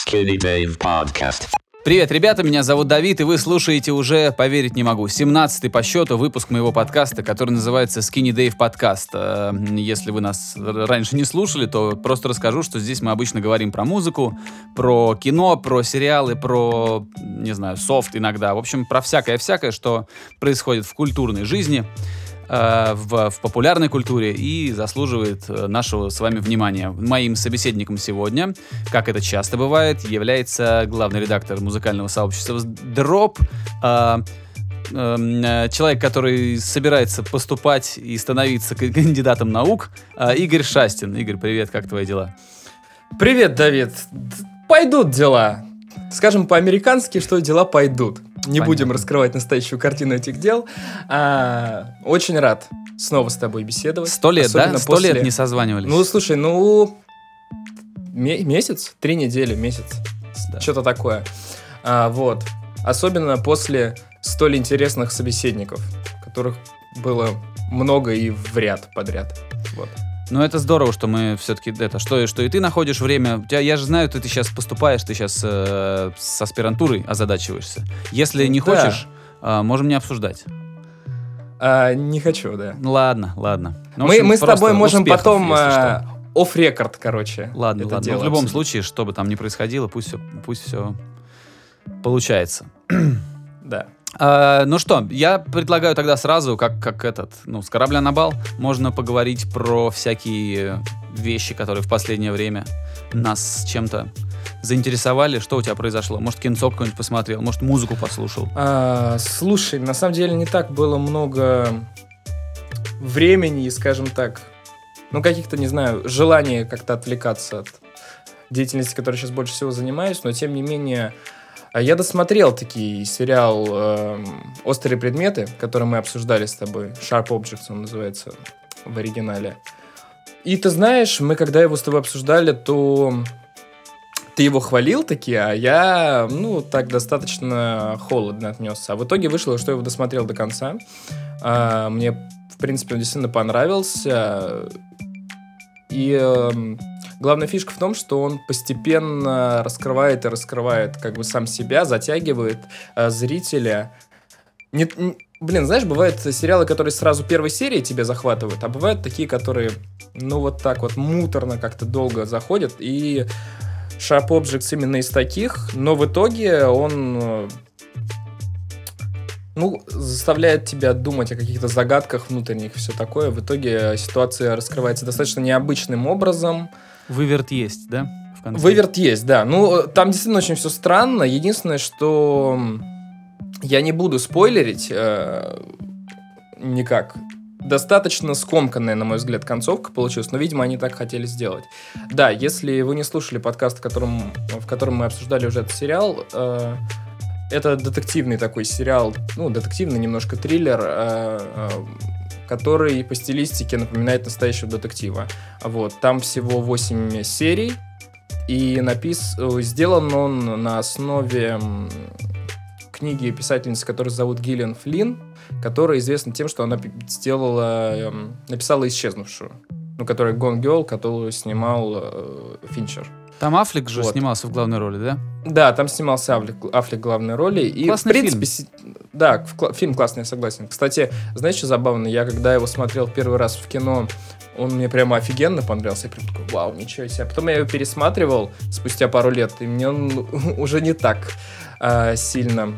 Skinny Dave Podcast. Привет, ребята, меня зовут Давид, и вы слушаете уже, поверить не могу, 17-й по счету выпуск моего подкаста, который называется Skinny Dave Podcast. Если вы нас раньше не слушали, то просто расскажу, что здесь мы обычно говорим про музыку, про кино, про сериалы, про, не знаю, софт иногда. В общем, про всякое-всякое, что происходит в культурной жизни, в популярной культуре и заслуживает нашего с вами внимания. Моим собеседником сегодня, как это часто бывает, является главный редактор музыкального сообщества Drop, человек, который собирается поступать и становиться кандидатом наук, Игорь Шастин. Игорь, привет, как твои дела? Привет, Давид. Пойдут дела. Скажем по-американски, что дела пойдут. Не будем раскрывать настоящую картину этих дел. Очень рад снова с тобой беседовать. 100 лет, особенно да? 100 лет не созванивались. Ну, слушай, месяц? 3 недели, месяц. Да. Что-то такое. Вот. Особенно после столь интересных собеседников, которых было много и в ряд подряд. Вот. Ну, это здорово, что мы все-таки что и ты находишь время. Я же знаю, ты сейчас поступаешь, ты сейчас с аспирантурой озадачиваешься. Если не хочешь, можем не обсуждать. Не хочу, да. Ладно. Ну, Мы с тобой можем успехов, потом офф-рекорд, короче. Ладно. это Ну, дело в любом обсудить. случае, что бы там ни происходило, пусть все получается. Да. Ну что, я предлагаю тогда сразу, с корабля на бал, можно поговорить про всякие вещи, которые в последнее время нас чем-то заинтересовали. Что у тебя произошло? Может, кинцо какой-нибудь посмотрел? Может, музыку послушал? Слушай, на самом деле не так было много времени и, скажем так, каких-то, не знаю, желания как-то отвлекаться от деятельности, которой сейчас больше всего занимаюсь, но тем не менее я досмотрел таки сериал «Острые предметы», который мы обсуждали с тобой. Sharp Objects он называется в оригинале. И ты знаешь, мы когда его с тобой обсуждали, то ты его хвалил таки, а я, так достаточно холодно отнесся. А в итоге вышло, что я его досмотрел до конца. Мне, в принципе, он действительно понравился. И главная фишка в том, что он постепенно раскрывает как бы сам себя, затягивает зрителя. Знаешь, бывают сериалы, которые сразу первой серии тебя захватывают, а бывают такие, которые, вот так вот муторно как-то долго заходят, и Sharp Objects именно из таких, но в итоге он заставляет тебя думать о каких-то загадках внутренних, все такое. В итоге ситуация раскрывается достаточно необычным образом. Выверт есть, да? В конце? Выверт есть, да. Там действительно очень все странно. Единственное, что я не буду спойлерить никак. Достаточно скомканная, на мой взгляд, концовка получилась, но, видимо, они так хотели сделать. Да, если вы не слушали подкаст, в котором мы обсуждали уже этот сериал, это детективный такой сериал, детективный немножко триллер, который по стилистике напоминает настоящего детектива. Вот, там всего 8 серий, и сделан он на основе книги писательницы, которую зовут Гиллиан Флинн, которая известна тем, что она написала «Исчезнувшую», которая Gone Girl, которую снимал Финчер. Там Аффлек же снимался в главной роли, да? Да, там снимался Аффлек в главной роли. И, классный в принципе, да, фильм классный, я согласен. Кстати, знаешь, что забавно? Я, когда его смотрел в первый раз в кино, он мне прямо офигенно понравился. Я прям такой, вау, ничего себе. Потом я его пересматривал спустя пару лет, и мне он уже не так сильно...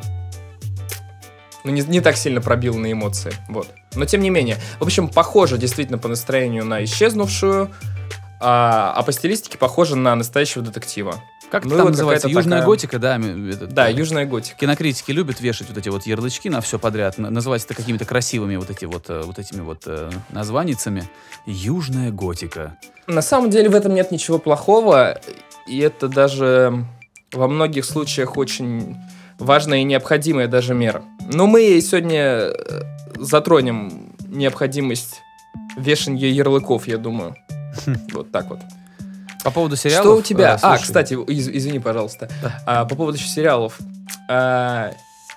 не так сильно пробил на эмоции. Вот. Но тем не менее. В общем, похоже действительно по настроению на «Исчезнувшую», а по стилистике похоже на настоящего детектива. Как это там называется? Южная готика, да? Да, южная готика. Кинокритики любят вешать вот эти вот ярлычки на все подряд, называть это какими-то красивыми вот этими названицами. Южная готика. На самом деле в этом нет ничего плохого, и это даже во многих случаях очень важная и необходимая даже мера. Но мы сегодня затронем необходимость вешания ярлыков, я думаю. Вот так вот. По поводу сериалов... Что у тебя? Слушай. Кстати, извини, пожалуйста. Да. По поводу еще сериалов.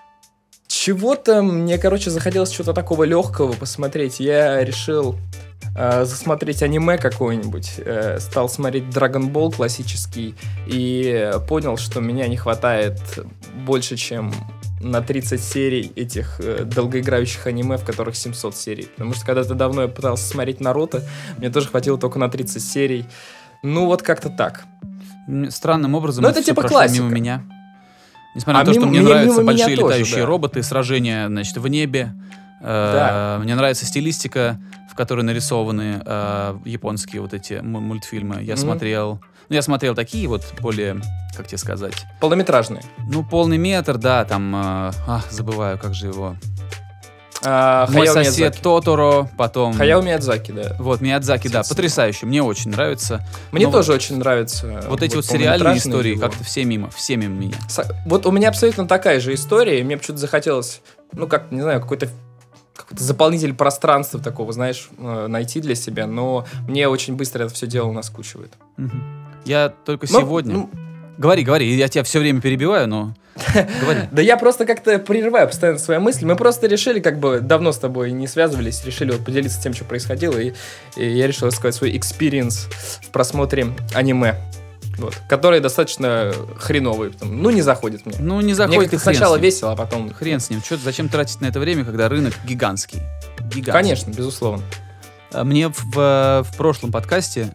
Чего-то мне, захотелось чего-то такого легкого посмотреть. Я решил засмотреть аниме какое-нибудь. Стал смотреть Dragon Ball классический и понял, что меня не хватает больше, чем на 30 серий этих долгоиграющих аниме, в которых 700 серий. Потому что когда-то давно я пытался смотреть Наруто, мне тоже хватило только на 30 серий. Ну, вот как-то так. Странным образом Но это всё типа прошло классика. мимо меня. Несмотря на то, что мне мимо нравятся меня большие тоже, летающие да. роботы, сражения, значит, в небе. Да. Мне нравится стилистика, в которой нарисованы японские вот эти мультфильмы. Я смотрел... Ну, я смотрел такие вот более, как тебе сказать... Полнометражные. Ну, полный метр, да, там... забываю, как же его... Мой Хаяо сосед Миядзаки. Тоторо, потом... Хаяо Миядзаки, да. Вот, Миядзаки, да, Естественно. потрясающе, мне очень нравится. Мне Но тоже очень нравится. вот эти вот сериальные полнометражные истории его. как-то все мимо меня. Вот у меня абсолютно такая же история, и мне почему-то захотелось, ну, как, не знаю, какой-то заполнитель пространства такого, знаешь, найти для себя, но мне очень быстро это все дело наскучивает. Я только Ну, сегодня... ну, Говори, я тебя все время перебиваю, но... Говори. Да я просто как-то прерываю постоянно свои мысли. Мы просто решили, как бы давно с тобой не связывались, решили вот поделиться тем, что происходило, и я решил рассказать свой экспириенс в просмотре аниме, вот, который достаточно хреновый. Ну, не заходит мне. Ну, не Мне заходит, как-то и хрен сначала с ним. весело, а потом... Хрен с ним. Зачем тратить на это время, когда рынок гигантский? Конечно, безусловно. Мне в прошлом подкасте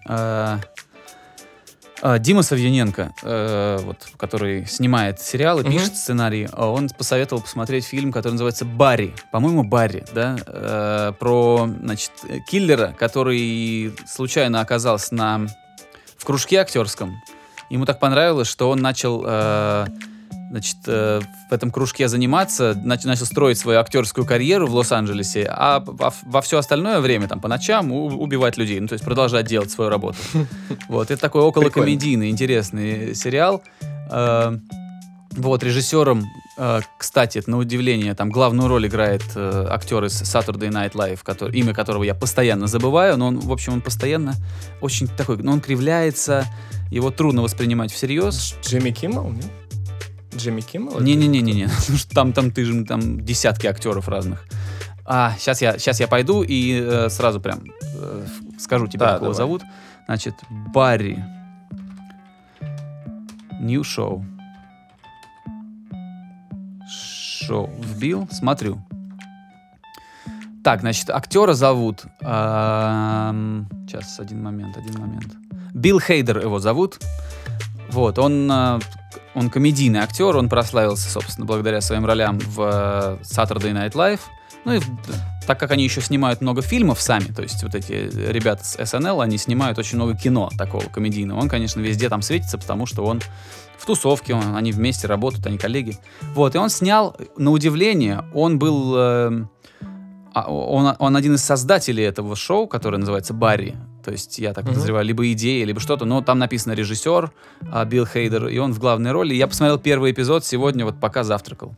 Дима Савьяненко, вот, который снимает сериалы, пишет сценарий, он посоветовал посмотреть фильм, который называется «Барри». По-моему, «Барри», да? Про, значит, киллера, который случайно оказался в кружке актерском. Ему так понравилось, что он начал... Значит, в этом кружке заниматься, начал строить свою актерскую карьеру в Лос-Анджелесе, а во все остальное время, там, по ночам убивать людей, ну, то есть продолжать делать свою работу. Вот, это такой околокомедийный, интересный сериал. Вот, режиссером, кстати, на удивление, там главную роль играет актер из Saturday Night Live, имя которого я постоянно забываю, но он, в общем, он постоянно очень такой, но он кривляется, его трудно воспринимать всерьез. Джимми Киммел, нет? Джимми Киммел? Не-не-не-не, там десятки актеров разных. Сейчас я пойду и сразу прям скажу тебе, как его зовут. Значит, Барри. New Show. Шоу. Вбил, смотрю. Так, значит, актера зовут... Сейчас, один момент. Билл Хейдер его зовут. Вот, он комедийный актер, он прославился, собственно, благодаря своим ролям в Saturday Night Live. Ну и так как они еще снимают много фильмов сами, то есть вот эти ребята с SNL, они снимают очень много кино такого комедийного. Он, конечно, везде там светится, потому что он в тусовке, они вместе работают, они коллеги. Вот, и он снял, на удивление, он был... Он один из создателей этого шоу, которое называется «Барри». То есть, я так подозреваю, либо идея, либо что-то. Но там написано режиссер Билл Хейдер, и он в главной роли. Я посмотрел первый эпизод сегодня, вот пока завтракал.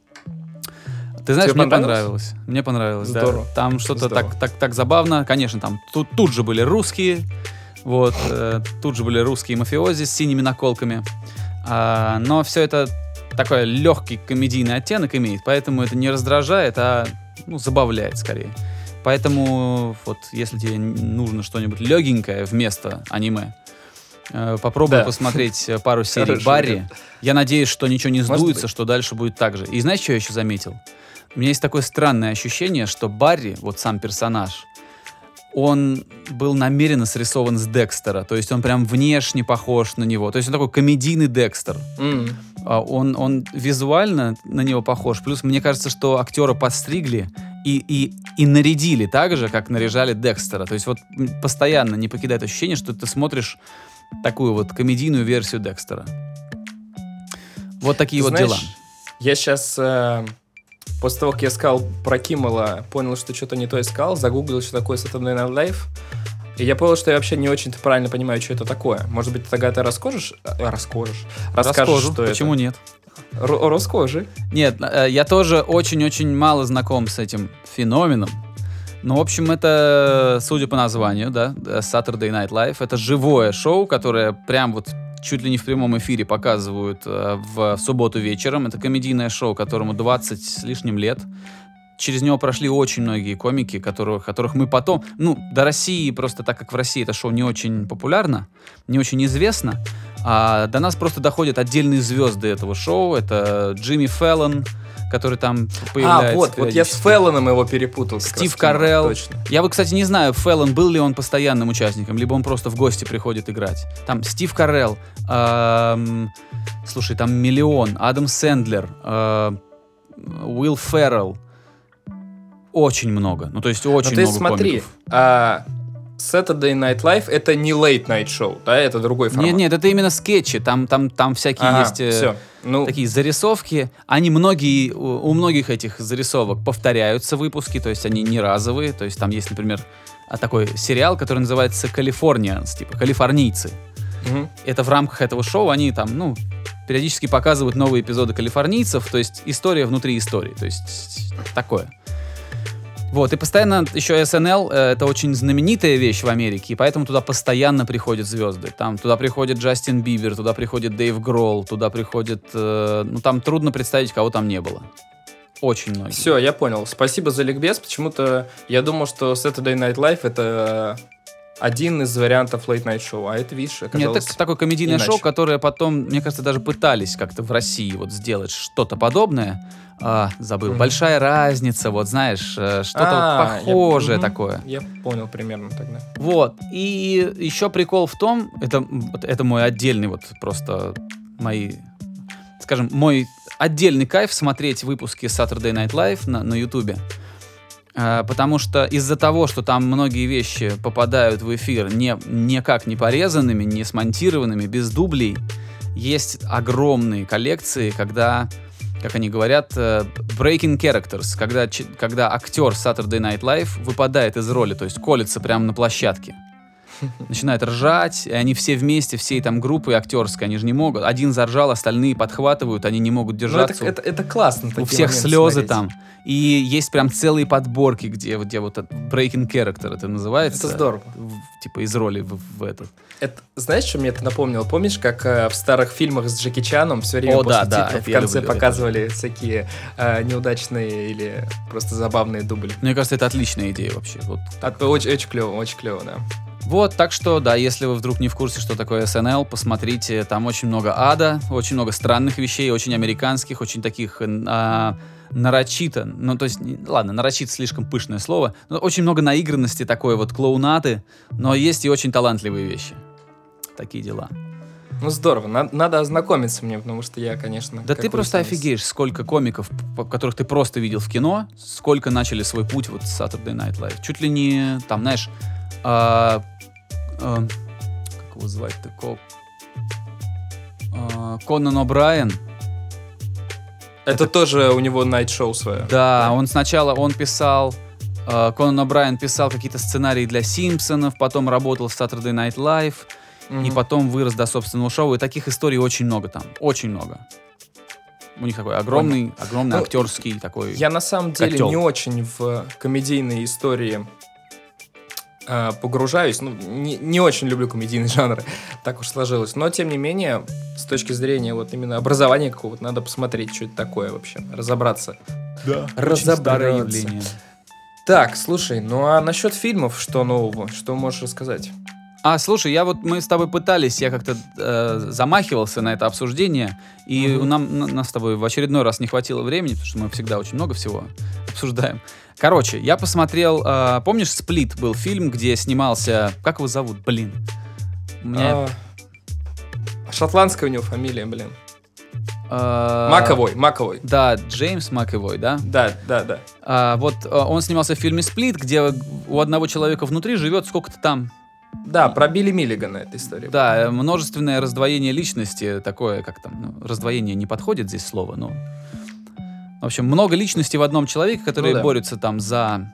Ты знаешь, Тебе мне понравилось. Мне понравилось, Здорово. да. Там что-то так забавно. Конечно, там тут же были русские. Вот. Тут же были русские мафиози с синими наколками. Но все это такой легкий комедийный оттенок имеет, поэтому это не раздражает, а забавляет скорее. Поэтому вот если тебе нужно что-нибудь легенькое вместо аниме, попробуй посмотреть пару серий Барри. Я надеюсь, что ничего не сдуется, что дальше будет так же. И знаешь, что я еще заметил? У меня есть такое странное ощущение, что Барри, вот сам персонаж, он был намеренно срисован с Декстера. То есть он прям внешне похож на него. То есть он такой комедийный Декстер. Он визуально на него похож. Плюс мне кажется, что актера подстригли и нарядили так же, как наряжали Декстера. То есть вот постоянно не покидает ощущение, что ты смотришь такую вот комедийную версию Декстера. Вот такие вот дела. Я сейчас... После того, как я искал про Киммела, понял, что что-то не то искал, загуглил, что такое Saturday Night Live, и я понял, что я вообще не очень-то правильно понимаю, что это такое. Может быть, тогда ты расскажешь, Расскажу, что почему это? нет? Расскажи. Нет, я тоже очень-очень мало знаком с этим феноменом. Ну, в общем, это, судя по названию, да, Saturday Night Live, это живое шоу, которое прям вот чуть ли не в прямом эфире показывают в субботу вечером. Это комедийное шоу, которому 20 с лишним лет. через него прошли очень многие комики, которых мы потом... Ну, до России просто, так как в России это шоу не очень популярно, не очень известно, а до нас просто доходят отдельные звезды этого шоу. Это Джимми Фэллон, который там появляется. Вот я с Фэллоном его перепутал. Стив Карелл. Я вот, кстати, не знаю, Фэллон был ли он постоянным участником, либо он просто в гости приходит играть. Там Стив Карелл, слушай, там миллион, Адам Сэндлер, Уилл Феррелл. Очень много. Ну, то есть очень много смотри, комиков. Saturday Night Live — это не late night show, да, это другой формат. Нет, это именно скетчи, там всякие есть такие зарисовки. Они у многих этих зарисовок повторяются выпуски, то есть они не разовые. То есть там есть, например, такой сериал, который называется «Californians», типа «Калифорнийцы». Это в рамках этого шоу они там, периодически показывают новые эпизоды «Калифорнийцев», то есть история внутри истории, то есть такое. Вот, и постоянно еще SNL, это очень знаменитая вещь в Америке, и поэтому туда постоянно приходят звезды. Туда приходит Джастин Бибер, туда приходит Дэйв Гролл, туда приходит... там трудно представить, кого там не было. Очень многие. Все, я понял. Спасибо за ликбез. Почему-то я думал, что Saturday Night Live — это один из вариантов Late Night Show, а это, видишь, оказалось... Нет, это такое комедийное шоу, которое потом, мне кажется, даже пытались как-то в России вот сделать что-то подобное. Забыл. Большая разница, вот знаешь, что-то похожее такое. Я понял примерно тогда. Вот. И еще прикол в том, это мой отдельный просто мой отдельный кайф смотреть выпуски Saturday Night Live на YouTube. Потому что из-за того, что там многие вещи попадают в эфир никак не порезанными, не смонтированными, без дублей, есть огромные коллекции, когда, как они говорят, breaking characters, когда актер Saturday Night Live выпадает из роли, то есть колется прямо на площадке. Начинает ржать, и они все вместе, всей там группы актерской, они же не могут. Один заржал, остальные подхватывают, они не могут держаться. Это классно. У всех слезы смотреть. Там. И есть прям целые подборки, где вот breaking character это называется. Это здорово. Типа из роли в этот. Знаешь, что мне это напомнило? Помнишь, как в старых фильмах с Джеки Чаном все время после титров в конце показывали всякие неудачные или просто забавные дубли? Мне кажется, это отличная идея вообще. Очень клево, да. Вот, так что, да, если вы вдруг не в курсе, что такое SNL, посмотрите, там очень много ада, очень много странных вещей, очень американских, очень таких нарочито, нарочито слишком пышное слово, но очень много наигранности, такой вот клоунады, но есть и очень талантливые вещи. Такие дела. Ну, здорово, надо ознакомиться мне, потому что я, конечно... Да ты просто офигеешь, сколько комиков, которых ты просто видел в кино, сколько начали свой путь вот с Saturday Night Live. Чуть ли не, там, знаешь... как его звать-то? Конан О'Брайен. Это тоже у него найт-шоу свое. Да, он сначала писал... Конан О'Брайен писал какие-то сценарии для Симпсонов, потом работал в Saturday Night Live, и потом вырос до собственного шоу. И таких историй очень много там. Очень много. У них такой огромный актерский такой Я на самом деле котел. Не очень в комедийные истории погружаюсь. Не очень люблю комедийные жанры, так уж сложилось. Но, тем не менее, с точки зрения вот именно образования какого-то, надо посмотреть, что это такое вообще, разобраться. Да, очень старое явление. Так, слушай, а насчет фильмов, что нового? Что можешь рассказать? Слушай, мы с тобой пытались, я как-то замахивался на это обсуждение, и нас с тобой в очередной раз не хватило времени, потому что мы всегда очень много всего обсуждаем. Короче, я посмотрел, помнишь, «Сплит» был фильм, где снимался, как его зовут, шотландская у него фамилия, Маковой. Да, Джеймс Маковой, да? Да. Вот он снимался в фильме «Сплит», где у одного человека внутри живет сколько-то там. Да, про Билли Миллигана эта история. Да, множественное раздвоение личности, такое, как там, раздвоение не подходит здесь слово, но... В общем, много личностей в одном человеке, которые борются там за,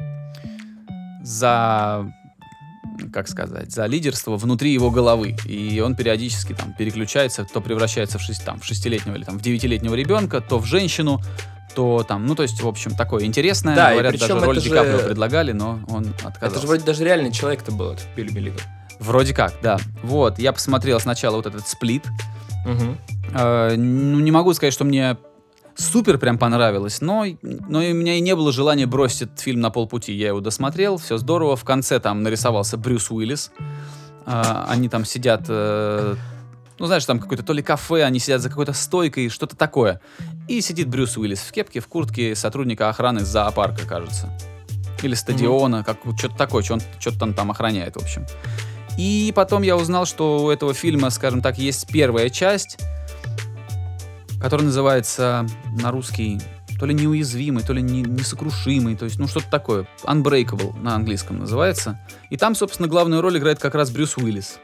как сказать, за лидерство внутри его головы. И он периодически там переключается, то превращается в 6-летнего или там в 9-летнего ребенка, то в женщину, то там, то есть, в общем, такое интересное. Да, говорят, даже роль Ди Каприо предлагали, но он отказался. Это же вроде даже реальный человек-то был, этот Билли Миллиган. Вроде как, да. Вот, я посмотрел сначала вот этот «Сплит». Не могу сказать, что мне супер прям понравилось, но и у меня и не было желания бросить этот фильм на полпути. Я его досмотрел, все здорово. В конце там нарисовался Брюс Уиллис. Они там сидят, знаешь, там какое-то то ли кафе, они сидят за какой-то стойкой, что-то такое. И сидит Брюс Уиллис в кепке, в куртке сотрудника охраны зоопарка, кажется. Или стадиона, что-то такое, что-то он там охраняет, в общем. И потом я узнал, что у этого фильма, скажем так, есть первая часть, которая называется на русский то ли неуязвимый, то ли несокрушимый, то есть, что-то такое. Unbreakable на английском называется. И там, собственно, главную роль играет как раз Брюс Уиллис.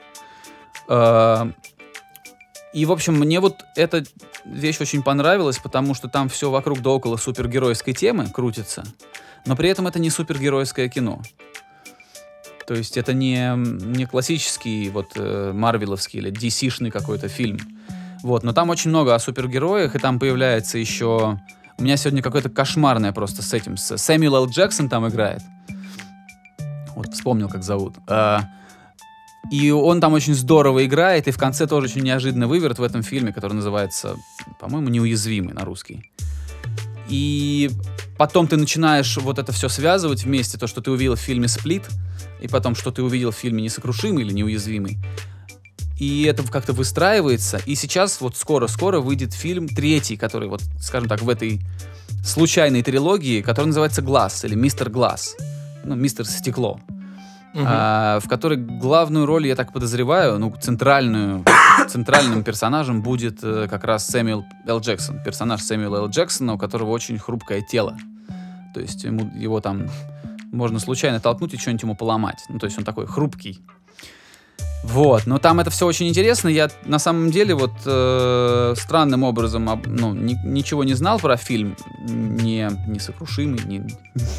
И, в общем, мне вот эта вещь очень понравилась, потому что там все вокруг да около супергеройской темы крутится, но при этом это не супергеройское кино. То есть это не классический марвеловский или DC-шный какой-то фильм. Но там очень много о супергероях, и там появляется еще... У меня сегодня какое-то кошмарное просто с этим. Сэмюэл Л. Джексон там играет. Вспомнил, как зовут. И он там очень здорово играет, и в конце тоже очень неожиданный выверт в этом фильме, который называется, по-моему, «Неуязвимый» на русский. И потом ты начинаешь вот это все связывать вместе, то, что ты увидел в фильме «Сплит», и потом, что ты увидел в фильме «Несокрушимый» или «Неуязвимый». И это как-то выстраивается. И сейчас скоро-скоро выйдет фильм третий, который скажем так, в этой случайной трилогии, который называется «Глаз» или «Мистер Глаз». «Мистер Стекло». В которой главную роль, я так подозреваю, центральным персонажем будет как раз Сэмюэл Л. Джексон. Персонаж Сэмюэла Л. Джексона, у которого очень хрупкое тело. То есть его там можно случайно толкнуть и что-нибудь ему поломать. То есть он такой хрупкий. Но там это все очень интересно. Я на самом деле странным образом ничего не знал про фильм «Несокрушимый»,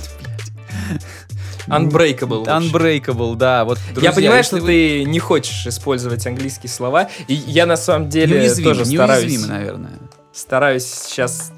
Unbreakable. Unbreakable, да. Друзья, я понимаю, что ты не хочешь использовать английские слова, и я на самом деле тоже стараюсь, наверное. Стараюсь сейчас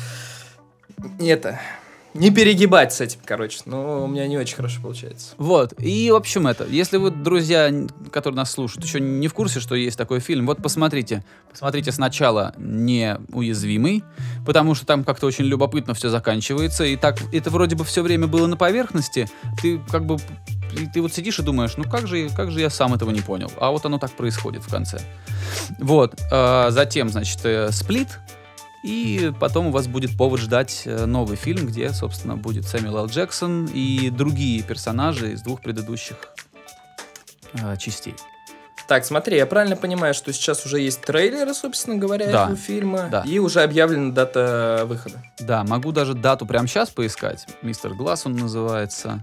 не перегибать с этим, но у меня не очень хорошо получается. И, в общем, если вы, друзья, которые нас слушают, еще не в курсе, что есть такой фильм, посмотрите. Посмотрите сначала «Неуязвимый», потому что там как-то очень любопытно все заканчивается, и так это вроде бы все время было на поверхности, ты сидишь и думаешь, как же я сам этого не понял, а оно так происходит в конце. Затем, значит, «Сплит», и потом у вас будет повод ждать новый фильм, где, собственно, будет Сэмюэл Л. Джексон и другие персонажи из двух предыдущих частей. Так, смотри, я правильно понимаю, что сейчас уже есть трейлеры, собственно говоря, этого фильма, и уже объявлена дата выхода? Да, могу даже дату прямо сейчас поискать. «Мистер Глаз» он называется.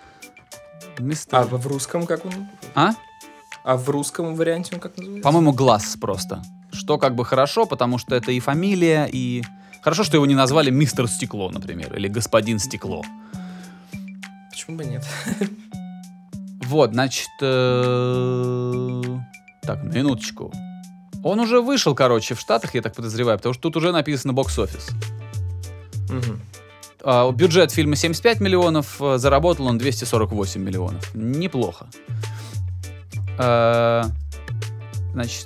А в русском как он? А в русском варианте он как называется? По-моему, «Глаз» просто. Что хорошо, потому что это и фамилия, и... Хорошо, что его не назвали «Мистер Стекло», например, или «Господин Стекло». Почему бы нет? Значит... Так, минуточку. Он уже вышел, в Штатах, я так подозреваю, потому что тут уже написано «бокс-офис». Бюджет фильма 75 миллионов, заработал он 248 миллионов. Неплохо. Значит...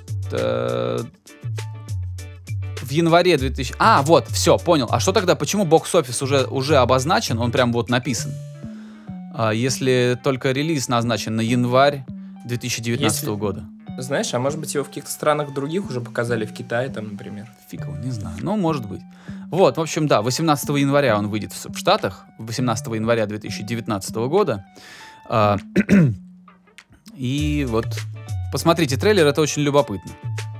В январе 2000... все, понял. А что тогда, почему бокс-офис уже обозначен, он прям написан? Если только релиз назначен на январь 2019 года. Знаешь, а может быть его в каких-то странах других уже показали, в Китае там, например? Фиг его, не знаю, может быть. В общем, 18 января он выйдет в Штатах, 18 января 2019 года. И посмотрите трейлер, это очень любопытно.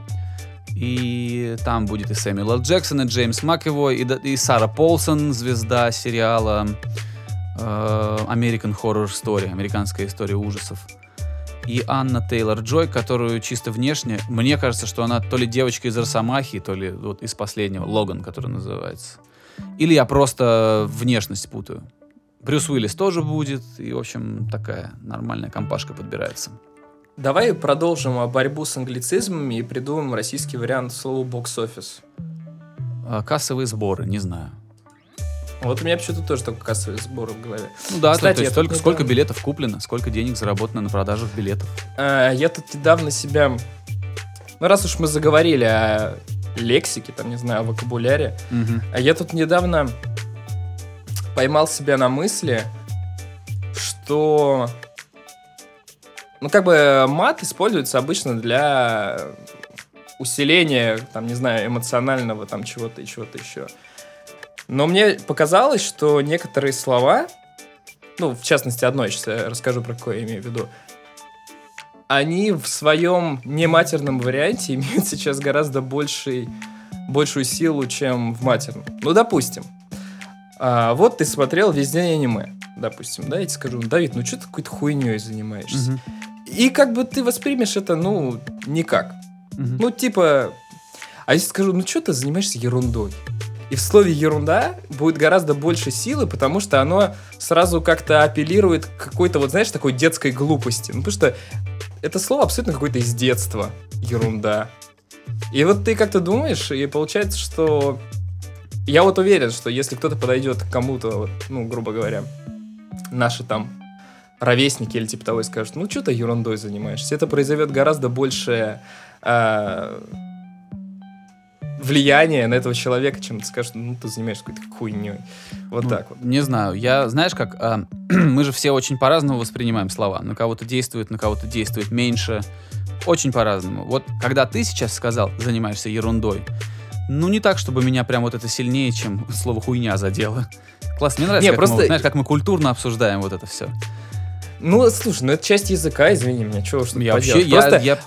И там будет и Сэмюэл Л. Джексон, и Джеймс Макэвой, и Сара Полсон, звезда сериала American Horror Story, американская история ужасов. И Анна Тейлор-Джой, которую чисто внешне, мне кажется, что она то ли девочка из Росомахи, то ли из последнего, Логан, который называется. Или я просто внешность путаю. Брюс Уиллис тоже будет, и, в общем, такая нормальная компашка подбирается. Давай продолжим борьбу с англицизмами и придумаем российский вариант слова «бокс-офис». Кассовые сборы, не знаю. У меня почему-то тоже только кассовые сборы в голове. Кстати, то есть сколько билетов куплено, сколько денег заработано на продажах билетов. Я тут недавно себя... раз уж мы заговорили о лексике, там, не знаю, вокабуляре. Мгм. А я тут недавно поймал себя на мысли, что, ну, как бы мат используется обычно для усиления, там, не знаю, эмоционального, там, чего-то и чего-то еще. Но мне показалось, что некоторые слова, ну, в частности, одно, сейчас я расскажу, про какое я имею в виду, они в своем нематерном варианте имеют сейчас гораздо большую силу, чем в матерном. Ну, допустим, вот ты смотрел весь день аниме, допустим, да, я тебе скажу, Давид, ну что ты какой-то хуйней занимаешься? Мгм. И как бы ты воспримешь это, ну, никак. Мгм. Ну, типа, а если скажу, ну что ты занимаешься ерундой? И в слове ерунда будет гораздо больше силы, потому что оно сразу как-то апеллирует к какой-то, вот знаешь, такой детской глупости. Ну, потому что это слово абсолютно какое-то из детства. Ерунда. И вот ты как-то думаешь, и получается, что... Я вот уверен, что если кто-то подойдет к кому-то, вот, ну, грубо говоря, наши там ровесники или типа того и скажут, ну, что ты ерундой занимаешься, это произойдет гораздо больше влияние на этого человека, чем ты скажешь, ну, ты занимаешься какой-то хуйней. Вот Ну, так вот. Не знаю, знаешь как, мы же все очень по-разному воспринимаем слова. На кого-то действует меньше. Очень по-разному. Вот когда ты сейчас сказал, занимаешься ерундой, ну не так, чтобы меня прям вот это сильнее, чем слово хуйня задело. Класс, мне нравится, Не, как просто- мы, знаешь, как мы культурно обсуждаем вот это все. Ну, слушай, ну это часть языка, извини меня, чего уж тут Я вообще, поделать. Просто-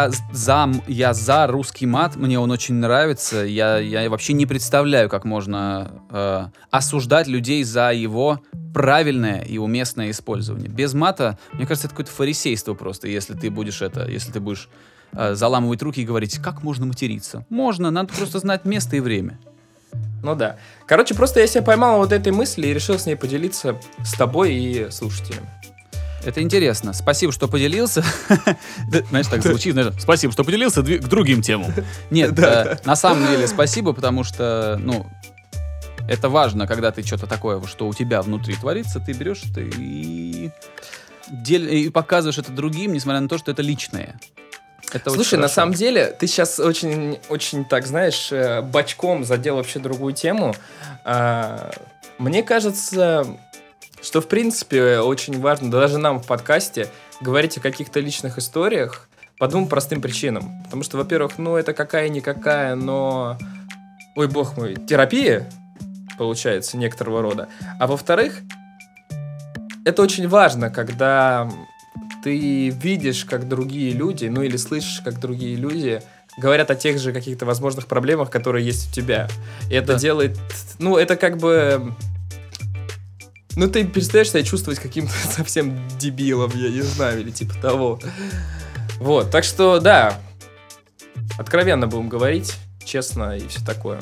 я за русский мат, мне он очень нравится. Я вообще не представляю, как можно осуждать людей за его правильное и уместное использование. Без мата, мне кажется, это какое-то фарисейство просто, если ты будешь заламывать руки и говорить, как можно материться. Можно, надо просто знать место и время. Ну да. Короче, просто я себя поймал вот этой мысли и решил с ней поделиться с тобой и слушателями. Это интересно. Спасибо, что поделился. Да, знаешь, так звучит, знаешь, спасибо, что поделился к другим темам. Нет, на самом деле спасибо, потому что, ну, это важно, когда ты что-то такое, что у тебя внутри творится, ты берешь это и показываешь это другим, несмотря на то, что это личное. Это очень Слушай, на хорошо. самом деле, ты сейчас очень, очень так, знаешь, бочком задел вообще другую тему. Мне кажется, что, в принципе, очень важно, даже нам в подкасте, говорить о каких-то личных историях по двум простым причинам. Потому что, во-первых, ну, это какая-никакая, но... Ой, бог мой, терапия, получается, некоторого рода. А во-вторых, это очень важно, когда ты видишь, как другие люди, ну или слышишь, как другие люди говорят о тех же каких-то возможных проблемах, которые есть у тебя. И это Да. делает... Ну, это как бы... Ну, ты перестаешь себя чувствовать каким-то совсем дебилом, я не знаю, или типа того. Вот, так что, да, откровенно будем говорить, честно и все такое.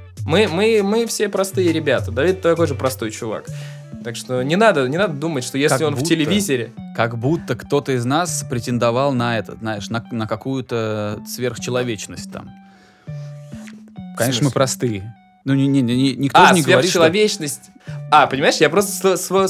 Мы все простые ребята. Давид такой же простой чувак. Так что не надо думать, что если Как он в будто. телевизоре... Как будто кто-то из нас претендовал на это, знаешь, на какую-то сверхчеловечность там. Конечно, мы смысле? простые. Ну, никто же не говорит, что... сверхчеловечность. Понимаешь, я просто слово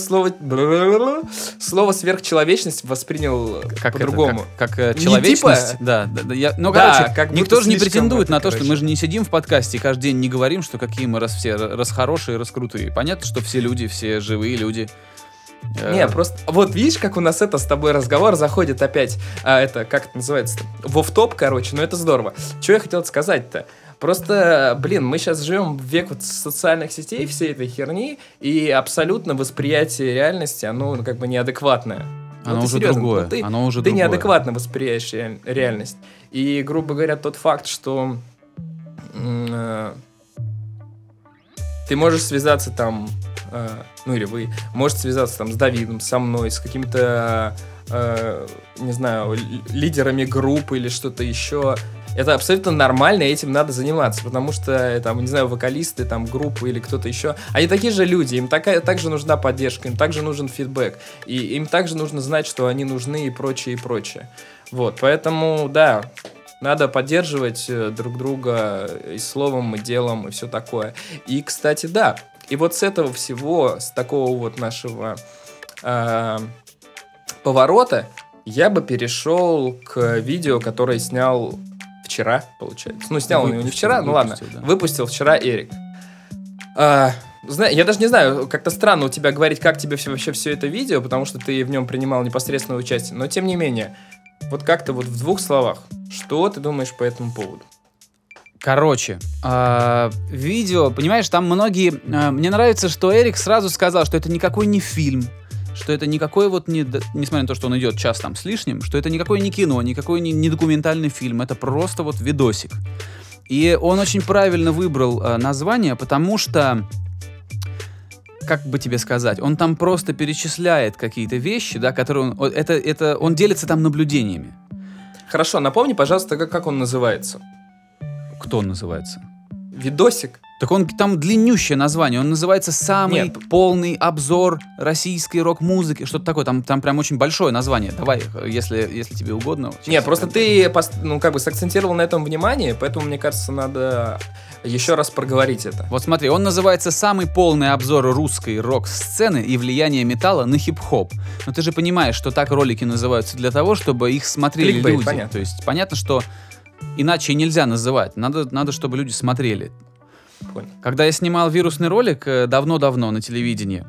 сверхчеловечность воспринял Как по-другому. это, как Не человечность. типа. Да. Ну, Да, короче, как будто никто же не слишком претендует это, на то, что короче. мы же не сидим в подкасте и каждый день не говорим, что какие мы все расхорошие, раскрутые. Понятно, что все люди, все живые люди. Не, просто... Вот видишь, как у нас это с тобой разговор заходит опять, это, как это называется-то? Вов-топ, короче, ну это здорово. Что я хотел сказать-то? Просто, блин, мы сейчас живем в век вот социальных сетей, всей этой херни, и абсолютно восприятие реальности, оно как бы неадекватное. Оно Вот ты уже серьезно, другое. вот ты Оно уже другое. неадекватно воспринимаешь реальность. И, грубо говоря, тот факт, что ты можешь связаться там, ну или вы можете связаться там с Давидом, со мной, с какими-то, не знаю, лидерами группы или что-то еще. Это абсолютно нормально, и этим надо заниматься, потому что, там, не знаю, вокалисты, там, группы или кто-то еще, они такие же люди, им также нужна поддержка, им также нужен фидбэк, и им также нужно знать, что они нужны и прочее, и прочее. Вот, поэтому, да, надо поддерживать друг друга и словом, и делом, и все такое. И, кстати, да, и вот с этого всего, с такого вот нашего поворота, я бы перешел к видео, которое снял вчера, получается. Ну, снял он его не вчера, ну ладно. Да. Выпустил вчера Эрик. Я даже не знаю, как-то странно у тебя говорить, как тебе вообще все это видео, потому что ты в нем принимал непосредственное участие. Но тем не менее, вот как-то вот в 2 словах, что ты думаешь по этому поводу? Короче, видео, понимаешь, там многие... Мне нравится, что Эрик сразу сказал, что это никакой не фильм, что это никакой вот, несмотря на то, что он идет час там с лишним, что это никакой не кино, никакой не документальный фильм, это просто вот видосик. И он очень правильно выбрал название, потому что, как бы тебе сказать, он там просто перечисляет какие-то вещи, да, которые он делится там наблюдениями. Хорошо, напомни, пожалуйста, как он называется. Кто он называется? Видосик. Так он там длиннющее название. Он называется «Самый полный обзор российской рок-музыки». Что-то такое. Там прям очень большое название. Давай, если тебе угодно. Нет, просто ты сакцентировал на этом внимание, поэтому, мне кажется, надо еще раз проговорить это. Вот смотри, он называется «Самый полный обзор русской рок-сцены и влияние металла на хип-хоп». Но ты же понимаешь, что так ролики называются для того, чтобы их смотрели Кликбейт, люди. понятно. То есть понятно, что иначе нельзя называть. Надо, чтобы люди смотрели. Понял. Когда я снимал вирусный ролик давно-давно на телевидении,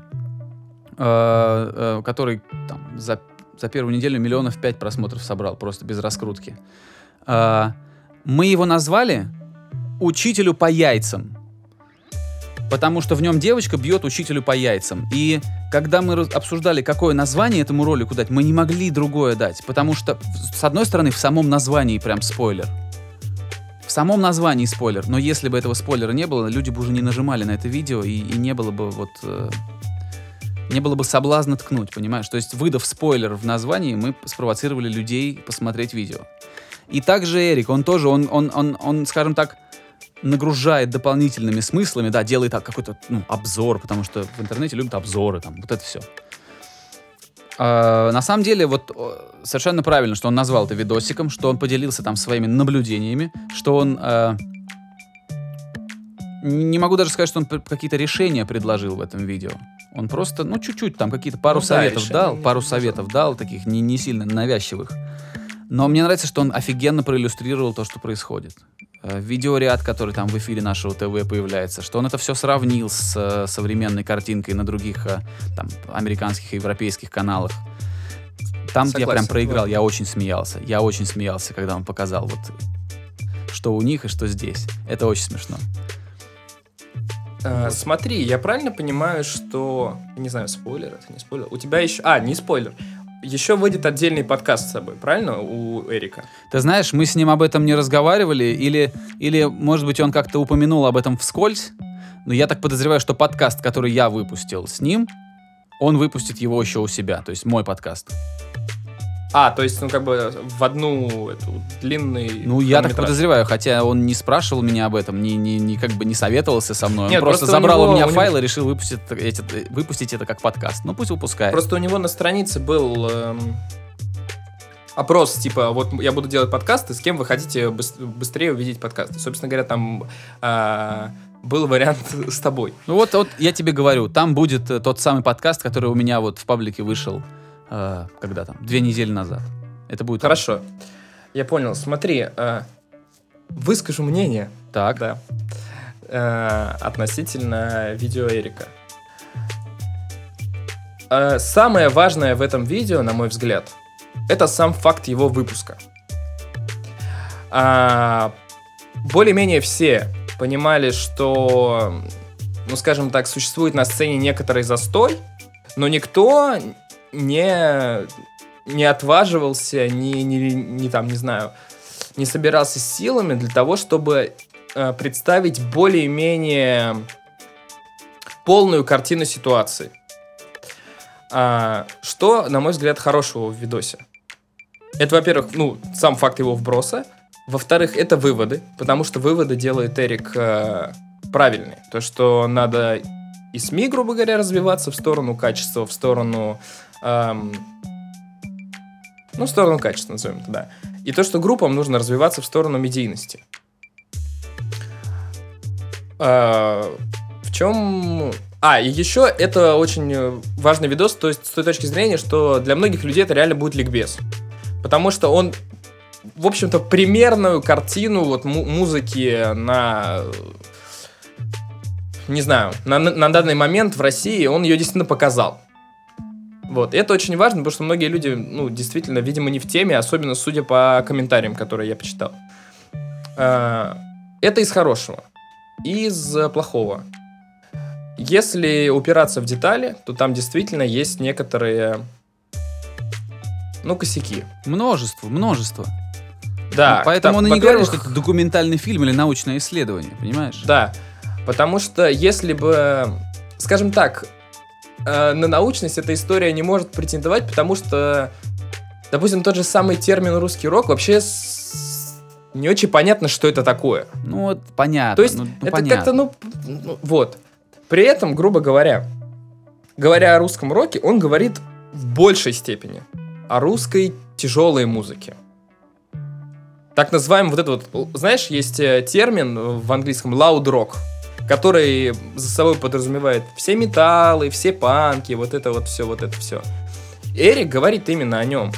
который там, за первую неделю 5 миллионов просмотров собрал, просто без раскрутки, мы его назвали «Учителю по яйцам». Потому что в нем девочка бьет учителю по яйцам. И когда мы обсуждали, какое название этому ролику дать, мы не могли другое дать. Потому что, с одной стороны, в самом названии прям спойлер. В самом названии спойлер. Но если бы этого спойлера не было, люди бы уже не нажимали на это видео, и не было бы не было бы соблазна ткнуть, понимаешь? То есть, выдав спойлер в названии, мы спровоцировали людей посмотреть видео. И также Эрик, он тоже, он, скажем так, нагружает дополнительными смыслами, да, делает какой-то обзор, потому что в интернете любят обзоры, там, вот это все. На самом деле, вот совершенно правильно, что он назвал это видосиком, что он поделился там своими наблюдениями, что он... Не могу даже сказать, что он какие-то решения предложил в этом видео. Он просто, чуть-чуть там какие-то пару советов дал, таких не сильно навязчивых. Но мне нравится, что он офигенно проиллюстрировал то, что происходит. Видеоряд, который там в эфире нашего ТВ появляется, что он это все сравнил с современной картинкой на других там, американских и европейских каналах. Там я прям проиграл, я очень смеялся, когда он показал, вот, что у них и что здесь. Это очень смешно. Смотри, я правильно понимаю, что... Не знаю, спойлер, это не спойлер. У тебя еще... не спойлер. Еще выйдет отдельный подкаст с собой, правильно, у Эрика? Ты знаешь, мы с ним об этом не разговаривали, или может быть, он как-то упомянул об этом вскользь, но я так подозреваю, что подкаст, который я выпустил с ним, он выпустит его еще у себя, то есть мой подкаст. То есть, в одну эту длинный... я так подозреваю, хотя он не спрашивал меня об этом, не советовался со мной. Нет, он просто забрал у меня файл и решил выпустить это как подкаст. Пусть выпускает. Просто у него на странице был опрос, типа, вот я буду делать подкасты, с кем вы хотите быстрее увидеть подкасты. Собственно говоря, там был вариант с тобой. Вот я тебе говорю, там будет тот самый подкаст, который у меня вот в паблике вышел. Когда там? 2 недели назад. Это будет... Хорошо. Я понял. Смотри, выскажу мнение. Так. Да. Относительно видео Эрика. Самое важное в этом видео, на мой взгляд, это сам факт его выпуска. Более-менее все понимали, что, скажем так, существует на сцене некоторый застой, но никто не отваживался, не собирался силами для того, чтобы представить более-менее полную картину ситуации. Что, на мой взгляд, хорошего в видосе? Это, во-первых, сам факт его вброса. Во-вторых, это выводы, потому что выводы делает Эрик правильные. То, что надо и СМИ, грубо говоря, развиваться в сторону качества, в сторону качества, назовем это, да. И то, что группам нужно развиваться в сторону медийности. В чем... и еще это очень важный видос, то есть с той точки зрения, что для многих людей это реально будет ликбез. Потому что он в общем-то, примерную картину вот музыки на... Не знаю, на данный момент в России он ее действительно показал. Вот, и это очень важно, потому что многие люди, ну, действительно, видимо, не в теме, особенно судя по комментариям, которые я почитал. Это из хорошего. Из плохого. Если упираться в детали, то там действительно есть некоторые, ну, косяки. Множество. Да. Ну, поэтому там, он и не говорит, во-первых, что это документальный фильм или научное исследование, понимаешь? Да, потому что если бы, скажем так, на научность эта история не может претендовать, потому что, допустим, тот же самый термин «русский рок» вообще не очень понятно, что это такое. Ну вот, понятно. То есть, это понятно. как-то, вот. При этом, грубо говоря о русском роке, он говорит в большей степени о русской тяжелой музыке. Так называемый вот это вот, знаешь, есть термин в английском loud rock, который за собой подразумевает все металлы, все панки, вот это все. Эрик говорит именно о нем.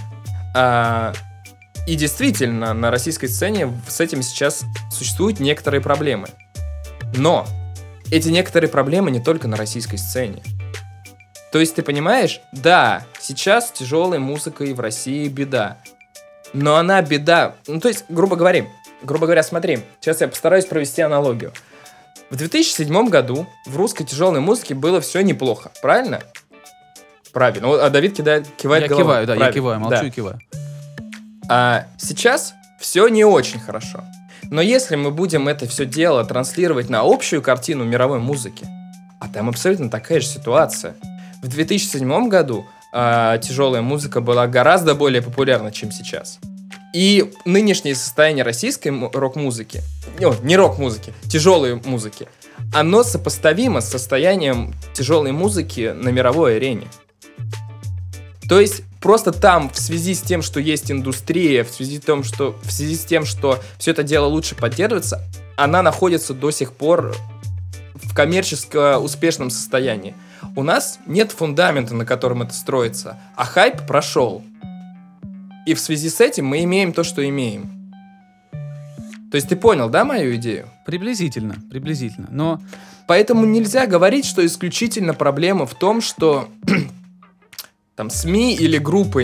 И действительно, на российской сцене с этим сейчас существуют некоторые проблемы. Но эти некоторые проблемы не только на российской сцене. То есть, ты понимаешь, да, сейчас с тяжелой музыкой в России беда. Но она беда... Ну, то есть, грубо говоря, смотри, сейчас я постараюсь провести аналогию. В 2007 году в русской тяжелой музыке было все неплохо, правильно? Правильно. А Давид кивает головой. Я киваю, да, правильно. я киваю, молчу Да. и киваю. А сейчас все не очень хорошо. Но если мы будем это все дело транслировать на общую картину мировой музыки, а там абсолютно такая же ситуация. В 2007 году тяжелая музыка была гораздо более популярна, чем сейчас. И нынешнее состояние российской рок-музыки, не рок-музыки, тяжелой музыки, оно сопоставимо с состоянием тяжелой музыки на мировой арене. То есть просто там, в связи с тем, что есть индустрия, в связи с тем, что все это дело лучше поддерживается, она находится до сих пор в коммерчески успешном состоянии. У нас нет фундамента, на котором это строится, а хайп прошел. И в связи с этим мы имеем то, что имеем. То есть ты понял, да, мою идею? Приблизительно. Но Поэтому нельзя говорить, что исключительно проблема в том, что там СМИ или группы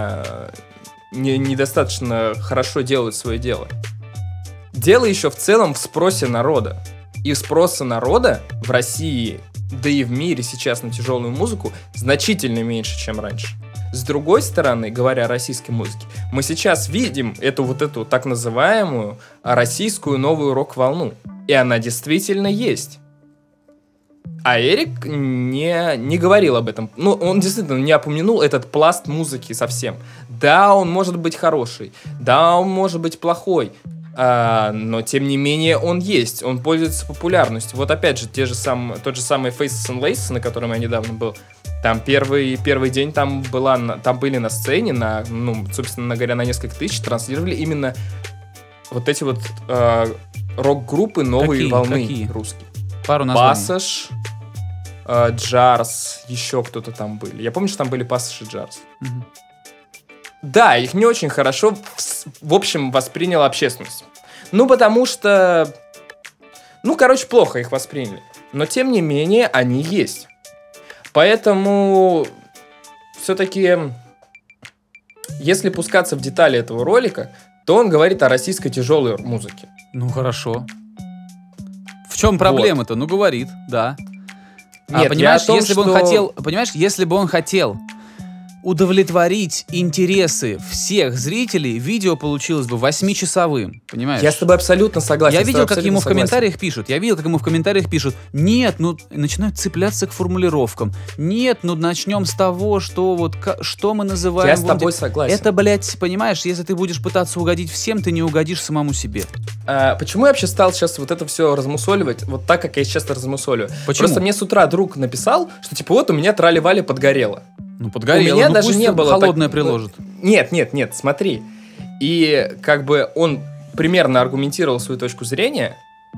недостаточно хорошо делают свое дело. Дело еще в целом в спросе народа. И спроса народа в России, да и в мире сейчас на тяжелую музыку значительно меньше, чем раньше. С другой стороны, говоря о российской музыке, мы сейчас видим эту так называемую российскую новую рок-волну. И она действительно есть. А Эрик не говорил об этом. Ну, он действительно не упомянул этот пласт музыки совсем. Да, он может быть хороший. Да, он может быть плохой. Но, тем не менее, он есть. Он пользуется популярностью. Вот опять же, тот же самый Faces and Laces, на котором я недавно был. Там первый день там были на сцене, собственно говоря, на несколько тысяч транслировали именно вот эти вот рок-группы новой волны русские. Пару названий. Пассаж, Джарс, еще кто-то там были. Я помню, что там были Пассаж и Джарс. Угу. Да, их не очень хорошо, в общем, восприняла общественность. Потому что... плохо их восприняли. Но, тем не менее, они есть. Поэтому все-таки, если пускаться в детали этого ролика, то он говорит о российской тяжелой музыке. Ну, хорошо. В чем проблема-то? Вот. Говорит, да. Нет, понимаешь, том, если бы он хотел удовлетворить интересы всех зрителей, видео получилось бы 8-часовым, понимаешь? Я с тобой абсолютно согласен. Я видел, как ему в комментариях пишут. Нет, начинают цепляться к формулировкам. Нет, начнем с того, что что мы называем... Я с тобой согласен. Это, блядь, понимаешь, если ты будешь пытаться угодить всем, ты не угодишь самому себе. Почему я вообще стал сейчас вот это все размусоливать, вот так, как я сейчас размусоливаю? Почему? Просто мне с утра друг написал, что у меня трали-вали подгорело. Подгорело. У меня даже не было холодное приложит. Нет, смотри. И он примерно аргументировал свою точку зрения,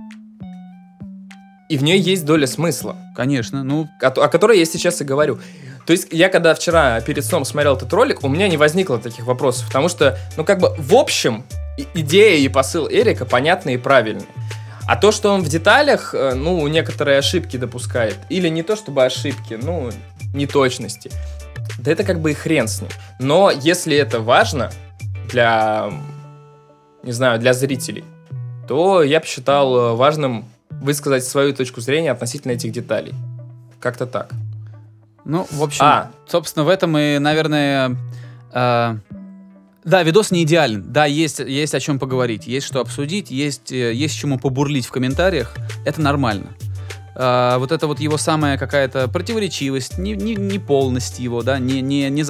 и в ней есть доля смысла. Конечно, о которой я сейчас и говорю. То есть я когда вчера перед сном смотрел этот ролик, у меня не возникло таких вопросов, потому что, в общем, идея и посыл Эрика понятны и правильны. А то, что он в деталях, ну, некоторые ошибки допускает, или не то чтобы ошибки, ну, неточности, да это как бы и хрен с ним. Но если это важно для, не знаю, для зрителей, то я бы считал важным высказать свою точку зрения относительно этих деталей. Как-то так. Ну, в общем, собственно, в этом и, наверное... Да, видос не идеален. Да, есть о чем поговорить, есть что обсудить, есть чему побурлить в комментариях. Это нормально. Вот это вот его самая какая-то противоречивость, не полность его, да, они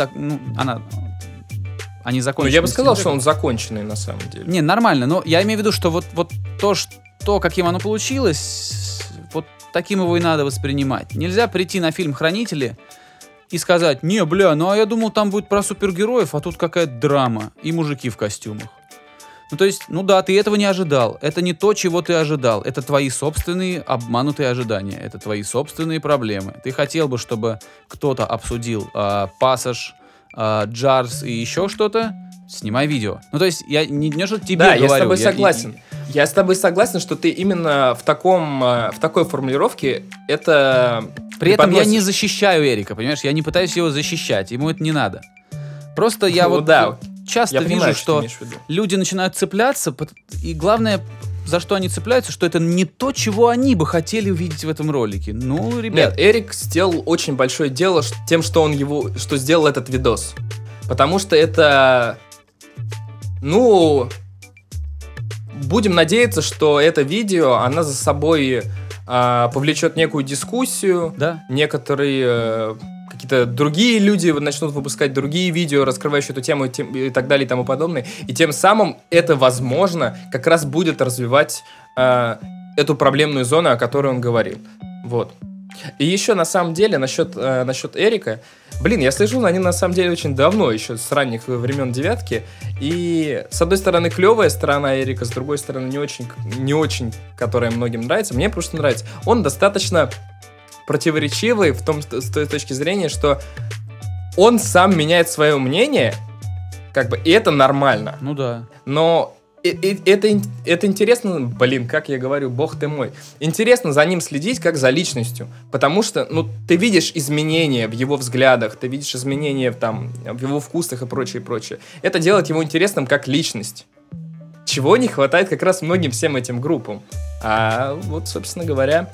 закончены. Ну, я бы сказал, что он законченный на самом деле. Не, нормально, но я имею в виду, что вот то, каким оно получилось, вот таким его и надо воспринимать. Нельзя прийти на фильм «Хранители» и сказать: не, бля, ну а я думал, там будет про супергероев, а тут какая-то драма и мужики в костюмах. Ну, то есть, ну да, ты этого не ожидал. Это не то, чего ты ожидал. Это твои собственные обманутые ожидания. Это твои собственные проблемы. Ты хотел бы, чтобы кто-то обсудил пассаж, джарс и еще что-то. Снимай видео. Ну, то есть, я не что тебе да, говорю. Я с тобой согласен. Я с тобой согласен, что ты именно в такой формулировке это... При этом я не защищаю Эрика, понимаешь? Я не пытаюсь его защищать. Ему это не надо. Просто я часто вижу, что люди начинают цепляться, и главное, за что они цепляются, что это не то, чего они бы хотели увидеть в этом ролике. Ну, ребят... Нет, Эрик сделал очень большое дело тем, что что сделал этот видос. Потому что это... Ну... Будем надеяться, что это видео, она за собой повлечет некую дискуссию. Да. Некоторые... какие-то другие люди начнут выпускать другие видео, раскрывающие эту тему и так далее и тому подобное. И тем самым это, возможно, как раз будет развивать эту проблемную зону, о которой он говорил. Вот. И еще, на самом деле, насчет Эрика. Блин, я слежу за ним, на самом деле, очень давно, еще с ранних времен «Девятки». И, с одной стороны, клевая сторона Эрика, с другой стороны, не очень, которая многим нравится. Мне просто нравится. Он достаточно... противоречивый с той точки зрения, что он сам меняет свое мнение, как бы, и это нормально. Ну да. Но это интересно, блин, как я говорю, бог ты мой. Интересно за ним следить, как за личностью, потому что, ну, ты видишь изменения в его взглядах, ты видишь изменения в его вкусах и прочее, прочее. Это делает его интересным как личность. Чего не хватает как раз многим всем этим группам. А вот, собственно говоря...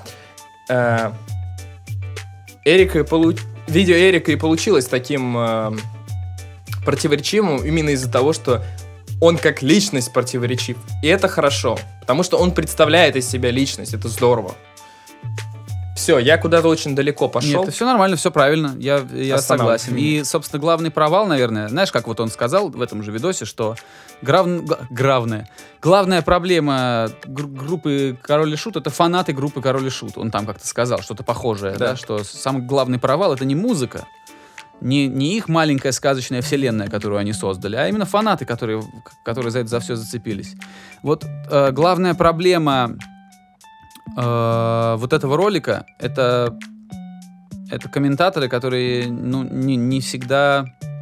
видео Эрика и получилось таким противоречивым именно из-за того, что он как личность противоречив. И это хорошо, потому что он представляет из себя личность, это здорово. Все, я куда-то очень далеко пошел. Нет, все нормально, все правильно, я согласен. И, собственно, главный провал, наверное, знаешь, как вот он сказал в этом же видосе, что главная проблема группы Король и Шут — это фанаты группы Король и Шут. Он там как-то сказал что-то похожее, да, что самый главный провал — это не музыка, не их маленькая сказочная вселенная, которую они создали, а именно фанаты, которые за все зацепились. Вот главная проблема вот этого ролика — это комментаторы, которые, ну, не всегда...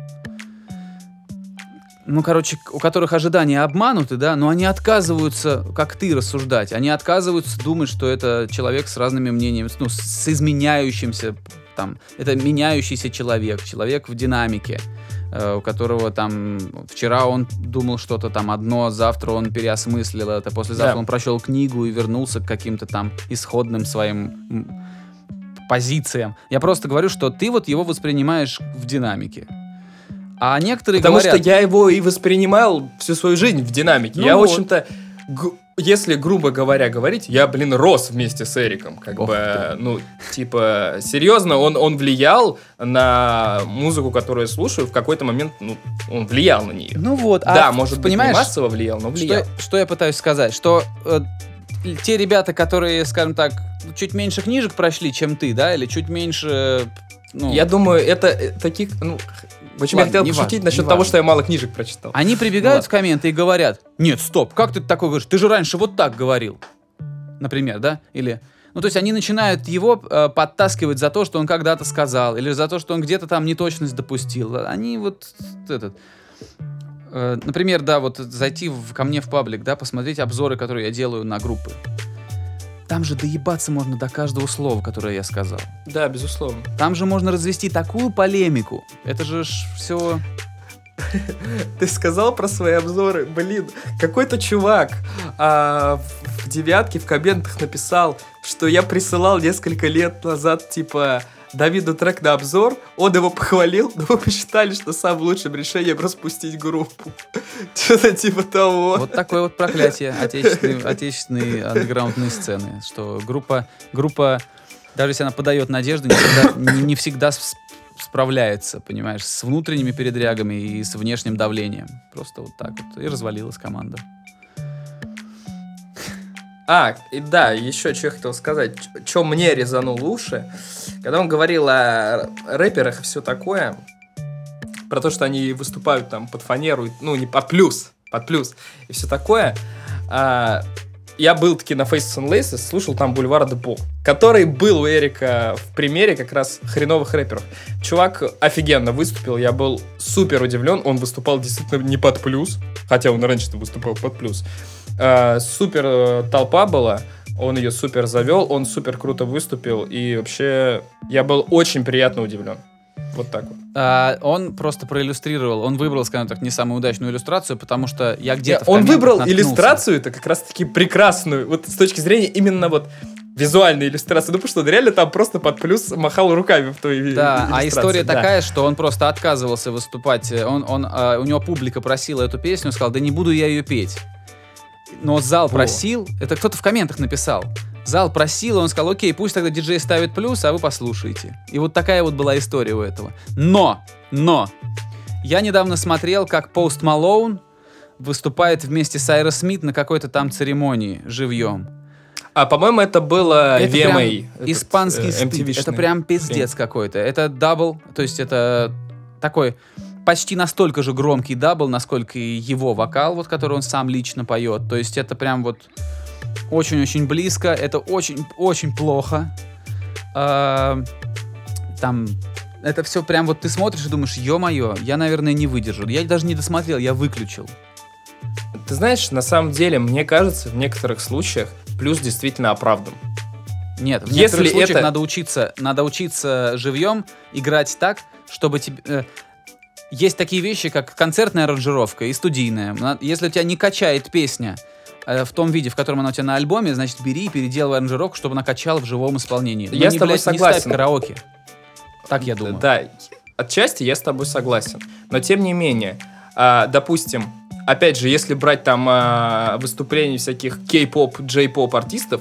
Ну, короче, у которых ожидания обмануты, да, но они отказываются, как ты, рассуждать. Они отказываются думать, что это человек с разными мнениями, ну, с изменяющимся, там, это меняющийся человек в динамике, у которого там вчера он думал что-то там одно, завтра он переосмыслил это, послезавтра он прочел книгу и вернулся к каким-то там исходным своим позициям. Я просто говорю, что ты вот его воспринимаешь в динамике. А некоторые Потому говорят... что я его и воспринимал всю свою жизнь в динамике. Ну я, вот. в общем-то, если, грубо говоря, говорить, я, рос вместе с Эриком. Ну, типа, серьезно, он влиял на музыку, которую я слушаю, в какой-то момент, ну, он влиял на нее. Ну вот. Да, может быть, не понимаешь, массово влиял, но влиял. Что я пытаюсь сказать? Что те ребята, которые, скажем так, чуть меньше книжек прочли, чем ты, да, или чуть меньше... Ну... Я думаю, это таких... Ну, почему я хотел пошутить насчет того, что я мало книжек прочитал. Они прибегают в комменты и говорят: нет, стоп, как ты такой говоришь? Ты же раньше вот так говорил. Например, да? Или... Ну, то есть они начинают его подтаскивать за то, что он когда-то сказал, или за то, что он где-то там неточность допустил. Они вот Например, да, вот зайти ко мне в паблик, да, посмотреть обзоры, которые я делаю на группы. Там же доебаться можно до каждого слова, которое я сказал. Да, безусловно. Там же можно развести такую полемику. Это же все... Ты сказал про свои обзоры, блин, какой-то чувак в девятке в комментах написал, что я присылал несколько лет назад, типа, Давиду трек на обзор, он его похвалил, но вы посчитали, что самым лучшим решением распустить группу. Что-то типа того. Вот такое вот проклятие отечественной андеграундной сцены, что группа, даже если она подает надежды, не всегда справляется, понимаешь, с внутренними передрягами и с внешним давлением. Просто вот так вот. И развалилась команда. И да, еще что я хотел сказать, что мне резануло уши, когда он говорил о рэперах и все такое, про то, что они выступают там под фанеру, ну, не под плюс, и все такое. Я был таки на Faces and Laces, слушал там Бульвара Депо, который был у Эрика в примере как раз хреновых рэперов. Чувак офигенно выступил, я был супер удивлен, он выступал действительно не под плюс, хотя он раньше-то выступал под плюс. Супер толпа была, он ее супер завел, он супер круто выступил, и вообще я был очень приятно удивлен. Вот так вот. Он просто проиллюстрировал, он выбрал, скажем так, не самую удачную иллюстрацию, потому что я где-то Он выбрал иллюстрацию, это как раз-таки прекрасную, вот с точки зрения именно вот визуальной иллюстрации, ну потому что он реально там просто под плюс махал руками в той иллюстрации. А история такая, что он просто отказывался выступать, у него публика просила эту песню, он сказал, да не буду я ее петь. Но зал просил, это кто-то в комментах написал, зал просил, он сказал, окей, пусть тогда диджей ставит плюс, а вы послушаете. И вот такая вот была история у этого. Но, я недавно смотрел, как Post Malone выступает вместе с Aerosmith на какой-то там церемонии живьем. По-моему, это было VMA. Испанский стиль, это прям пиздец какой-то. Это дабл, то есть это такой... почти настолько же громкий дабл, насколько и его вокал, вот, который он сам лично поет. То есть это прям вот очень-очень близко, это очень-очень плохо. Там это все прям вот ты смотришь и думаешь, ё-моё, я, наверное, не выдержу. Я даже не досмотрел, я выключил. Ты знаешь, на самом деле, мне кажется, в некоторых случаях плюс действительно оправдан. Нет, в некоторых случаях надо учиться живьем играть так, чтобы тебе... Есть такие вещи, как концертная аранжировка и студийная. Если у тебя не качает песня в том виде, в котором она у тебя на альбоме, значит, бери и переделывай аранжировку, чтобы она качала в живом исполнении. Я с тобой согласен. Не ставь караоке. Так я думаю. Да, отчасти я с тобой согласен. Но тем не менее, допустим, опять же, если брать там выступления всяких кей-поп, джей-поп артистов,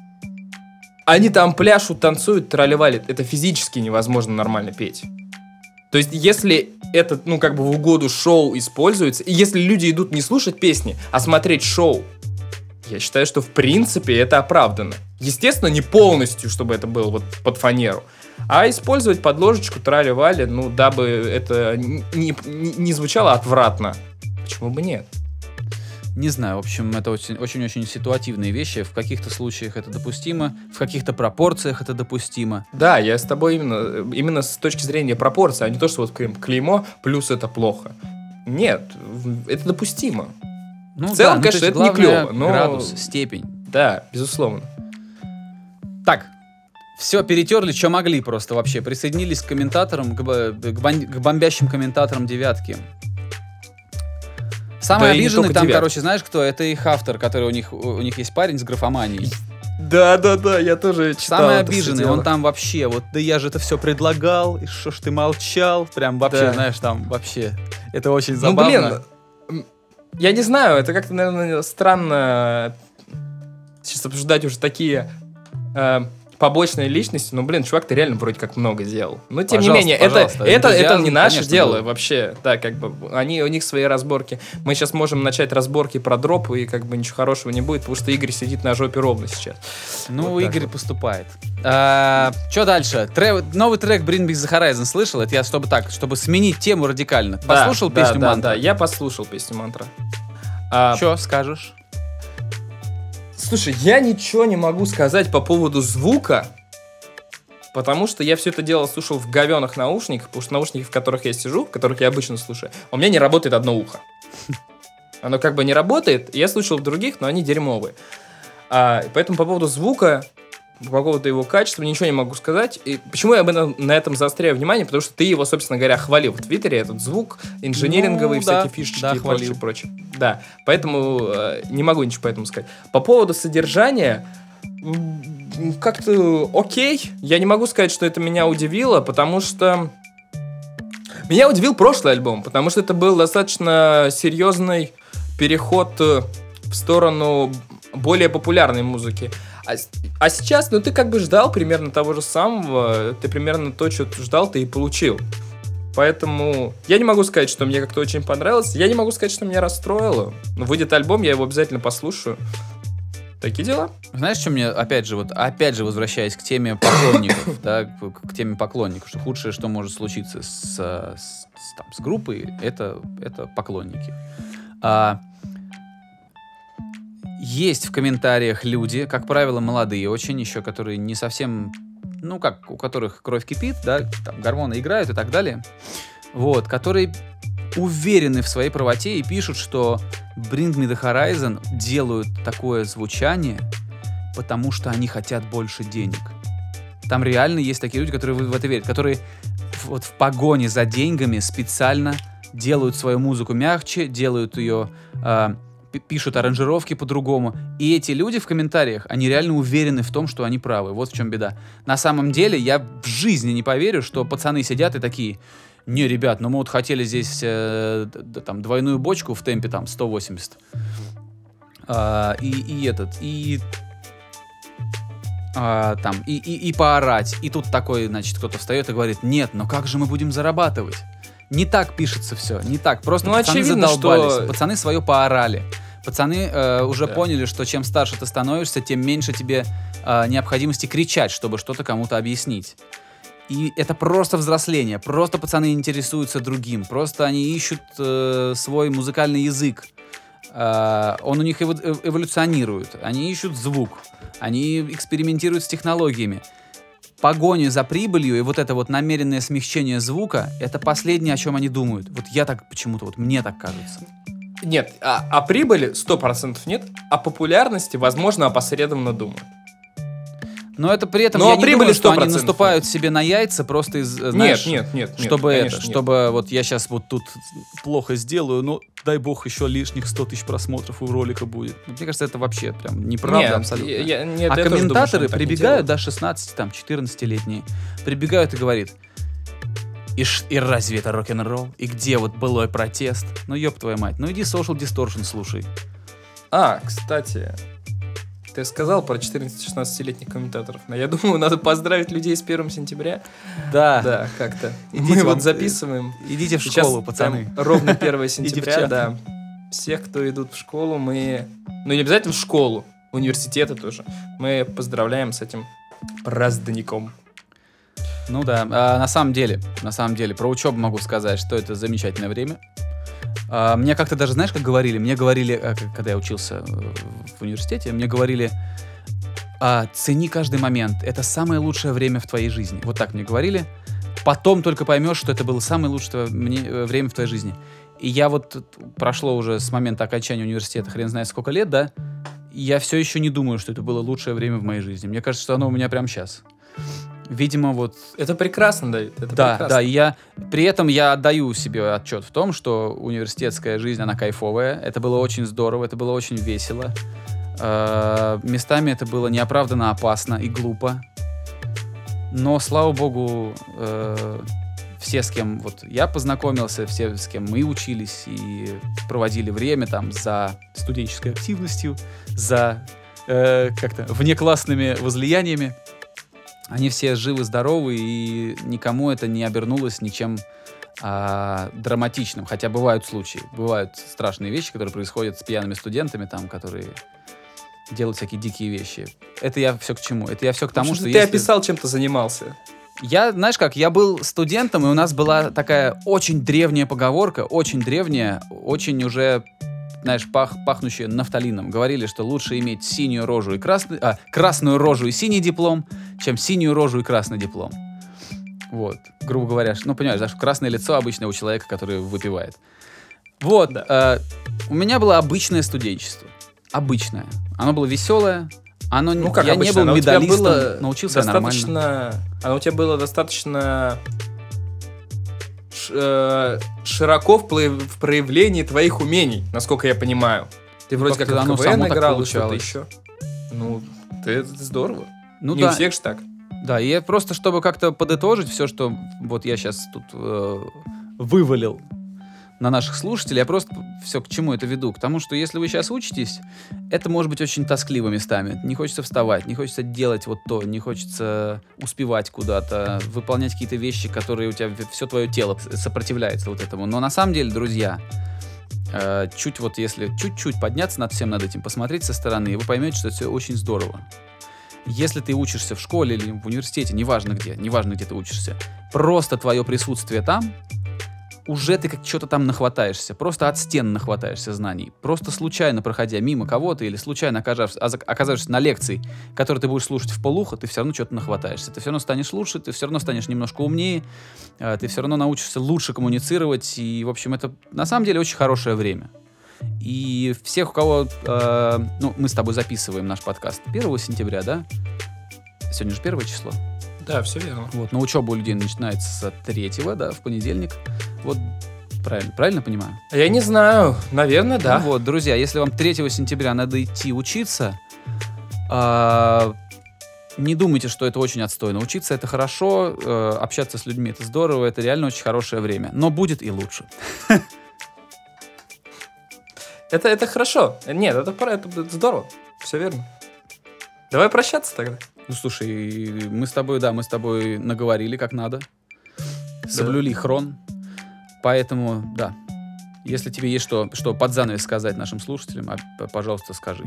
они там пляшут, танцуют, тролливали. Это физически невозможно нормально петь. То есть, если это, ну, как бы в угоду шоу используется, и если люди идут не слушать песни, а смотреть шоу, я считаю, что в принципе это оправдано. Естественно, не полностью, чтобы это было вот под фанеру, а использовать подложечку трали-вали, ну, дабы это не звучало отвратно. Почему бы нет? Не знаю, в общем, это очень-очень ситуативные вещи. В каких-то случаях это допустимо, в каких-то пропорциях это допустимо. Да, я с тобой именно с точки зрения пропорций, а не то, что вот клеймо плюс это плохо. Нет, это допустимо. Ну, в целом, конечно, это не клево, но... градус, степень. Да, безусловно. Так, все, перетерли, что могли просто вообще. Присоединились к комментаторам, к бомбящим комментаторам девятки. Самый обиженный там, короче, знаешь кто? Это их автор, который у них есть парень с графоманией. Да, я тоже читал. Самый обиженный, он там вообще, вот, да я же это все предлагал, и что ж ты молчал? Прям вообще, да. Знаешь, там вообще, это очень забавно. Ну, блин, я не знаю, это как-то, наверное, странно сейчас обсуждать уже такие побочные личности, но, блин, чувак, ты реально вроде как много делал. Но, тем не менее, это не наше дело вообще. Да, как бы, у них свои разборки. Мы сейчас можем начать разборки про дроп, и как бы ничего хорошего не будет, потому что Игорь сидит на жопе ровно сейчас. Ну, вот Игорь поступает. Что дальше? Новый трек Bring Back the Horizon слышал? Это я чтобы сменить тему радикально. Послушал песню «Мантра»? Да, я послушал песню «Мантра». Что скажешь? Слушай, я ничего не могу сказать по поводу звука, потому что я все это дело слушал в говёных наушниках, потому что наушники, в которых я сижу, в которых я обычно слушаю, у меня не работает одно ухо. Оно как бы не работает. Я слушал в других, но они дерьмовые. Поэтому по поводу звука, по поводу его качества ничего не могу сказать. И почему я на этом заостряю внимание? Потому что ты его, собственно говоря, хвалил в Твиттере, этот звук, инжиниринговые всякие фишечки и прочее, прочее. Да, поэтому не могу ничего по этому сказать. По поводу содержания, как-то окей. Я не могу сказать, что это меня удивило, потому что... Меня удивил прошлый альбом, потому что это был достаточно серьезный переход в сторону более популярной музыки. А сейчас, ты как бы ждал примерно того же самого, ты примерно то, что ты ждал, ты и получил. Поэтому я не могу сказать, что мне как-то очень понравилось, я не могу сказать, что меня расстроило. Но выйдет альбом, я его обязательно послушаю. Такие дела. Знаешь, что мне, опять же, возвращаясь к теме поклонников, да, к теме поклонников, что худшее, что может случиться с группой, это поклонники. Есть в комментариях люди, как правило, молодые очень, еще которые не совсем, у которых кровь кипит, да, там гормоны играют и так далее, вот, которые уверены в своей правоте и пишут, что Bring Me The Horizon делают такое звучание, потому что они хотят больше денег. Там реально есть такие люди, которые в это верят, которые вот в погоне за деньгами специально делают свою музыку мягче, делают ее... пишут аранжировки по-другому. И эти люди в комментариях, они реально уверены в том, что они правы. Вот в чем беда. На самом деле, я в жизни не поверю, что пацаны сидят и такие: не, ребят, мы вот хотели здесь там двойную бочку в темпе там 180. И поорать. И тут такой, значит, кто-то встает и говорит: нет, но как же мы будем зарабатывать? Не так пишется все, не так. Просто пацаны задолбались. Что... Пацаны свое поорали. Пацаны уже поняли, что чем старше ты становишься, тем меньше тебе необходимости кричать, чтобы что-то кому-то объяснить. И это просто взросление. Просто пацаны интересуются другим. Просто они ищут свой музыкальный язык. Он у них эволюционирует. Они ищут звук. Они экспериментируют с технологиями. Погоня за прибылью и вот это вот намеренное смягчение звука — это последнее, о чем они думают. Вот я так почему-то, вот мне так кажется. Нет, о прибыли 100% нет, о популярности, возможно, опосредованно думают. Но это при этом я не думаю, что они наступают себе на яйца просто из, знаешь, нет, чтобы конечно, чтобы вот я сейчас вот тут плохо сделаю, но дай бог еще лишних 100 тысяч просмотров у ролика будет. Мне кажется, это вообще прям неправда абсолютно. А комментаторы прибегают, да, 16, там, 14-летние, прибегают и говорят: и разве это рок-н-ролл? И где вот былой протест? Ну, ёб твою мать, ну иди Social Distortion слушай. Кстати... Ты сказал про 14-16-летних комментаторов, но я думаю, надо поздравить людей с 1 сентября. Да, как-то. Мы вот записываем. Идите в школу, пацаны. Ровно 1 сентября, да. Всех, кто идут в школу, мы... не обязательно в школу, университеты тоже. Мы поздравляем с этим праздником. Ну да, на самом деле, про учебу могу сказать, что это замечательное время. Мне как-то даже, знаешь, как говорили? Мне говорили, когда я учился в университете, мне говорили: цени каждый момент, это самое лучшее время в твоей жизни. Вот так мне говорили. Потом только поймешь, что это было самое лучшее время в твоей жизни. И я вот, прошло уже с момента окончания университета хрен знает сколько лет, да, и я все еще не думаю, что это было лучшее время в моей жизни. Мне кажется, что оно у меня прямо сейчас. Видимо, вот... Это прекрасно, Давид, это прекрасно. Да, и при этом я отдаю себе отчет в том, что университетская жизнь, она кайфовая. Это было очень здорово, это было очень весело. Местами это было неоправданно опасно и глупо. Но, слава богу, все, с кем вот я познакомился, все, с кем мы учились и проводили время там за студенческой активностью, за как-то внеклассными возлияниями, они все живы-здоровы, и никому это не обернулось ничем драматичным. Хотя бывают случаи, бывают страшные вещи, которые происходят с пьяными студентами, там, которые делают всякие дикие вещи. Это я все к чему? Это я все к тому, что ты описал, чем ты занимался. Я, знаешь как, я был студентом, и у нас была такая очень древняя поговорка, очень древняя, очень уже, знаешь, пахнущая нафталином. Говорили, что лучше иметь синюю рожу и красную рожу и синий диплом, чем синюю рожу и красный диплом. Вот, грубо говоря, понимаешь, да, красное лицо обычно у человека, который выпивает. Вот, Да. у меня было обычное студенчество. Обычное. Оно было веселое. Оно, Ну, как я обычно, не был оно у тебя медалистом, было научился я нормально. достаточно... Оно у тебя было достаточно широко в проявлении твоих умений, насколько я понимаю. Ты вроде как как-то в оно КВН само так играл и что-то получалось. еще. Ну, это здорово. Ну Не да, у всех же так. да, и я просто, чтобы как-то подытожить все, что вот я сейчас тут вывалил на наших слушателей, я просто все к чему это веду? К тому, что если вы сейчас учитесь, это может быть очень тоскливо местами. Не хочется вставать, не хочется делать вот то, не хочется успевать куда-то, выполнять какие-то вещи, которые у тебя все твое тело сопротивляется вот этому. Но на самом деле, друзья, если чуть-чуть подняться над всем над этим, посмотреть со стороны, вы поймете, что это все очень здорово. Если ты учишься в школе или в университете, неважно где ты учишься, просто твое присутствие там, уже ты как что-то там нахватаешься, просто от стен нахватаешься знаний. Просто случайно проходя мимо кого-то или случайно оказавшись на лекции, которую ты будешь слушать вполуха, ты все равно что-то нахватаешься. Ты все равно станешь лучше, ты все равно станешь немножко умнее, ты все равно научишься лучше коммуницировать. И, в общем, это на самом деле очень хорошее время. И всех, у кого... мы с тобой записываем наш подкаст 1 сентября, да? Сегодня же 1 число. Да, все верно. Вот, но учеба у людей начинается с 3-го, да, в понедельник. Вот, правильно понимаю? Я не знаю, наверное, да. Ну вот, друзья, если вам 3 сентября надо идти учиться, не думайте, что это очень отстойно. Учиться — это хорошо, общаться с людьми — это здорово, это реально очень хорошее время. Но будет и лучше. Это хорошо. Нет, это здорово. Все верно. Давай прощаться тогда. Ну, слушай, мы с тобой наговорили как надо. Соблюли хрон. Поэтому, да, если тебе есть что под занавес сказать нашим слушателям, пожалуйста, скажи.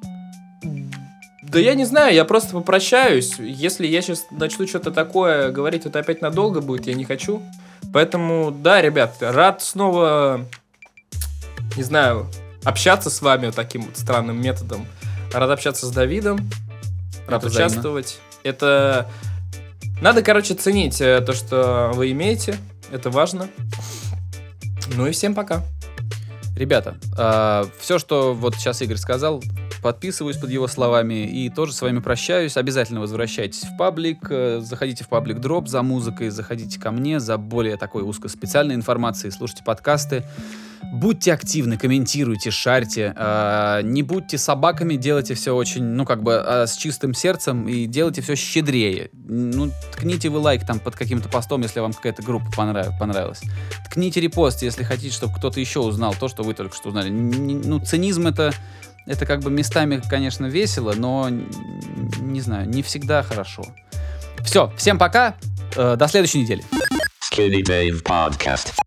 Да я не знаю, я просто попрощаюсь. Если я сейчас начну что-то такое говорить, это опять надолго будет, я не хочу. Поэтому, да, ребят, рад снова, не знаю, общаться с вами вот таким вот странным методом. Рад общаться с Давидом. Рад участвовать. Это... Надо, ценить то, что вы имеете. Это важно. Ну и всем пока. Ребята, все, что вот сейчас Игорь сказал, подписываюсь под его словами и тоже с вами прощаюсь. Обязательно возвращайтесь в паблик, заходите в паблик Дроп за музыкой, заходите ко мне за более такой узкоспециальной информацией, слушайте подкасты. Будьте активны, комментируйте, шарьте, не будьте собаками, делайте все очень, с чистым сердцем и делайте все щедрее. Ткните вы лайк там под каким-то постом, если вам какая-то группа понравилась. Ткните репост, если хотите, чтобы кто-то еще узнал то, что вы только что узнали. Цинизм это местами, конечно, весело, но, не знаю, не всегда хорошо. Все, всем пока, до следующей недели. Skinny Dave Podcast.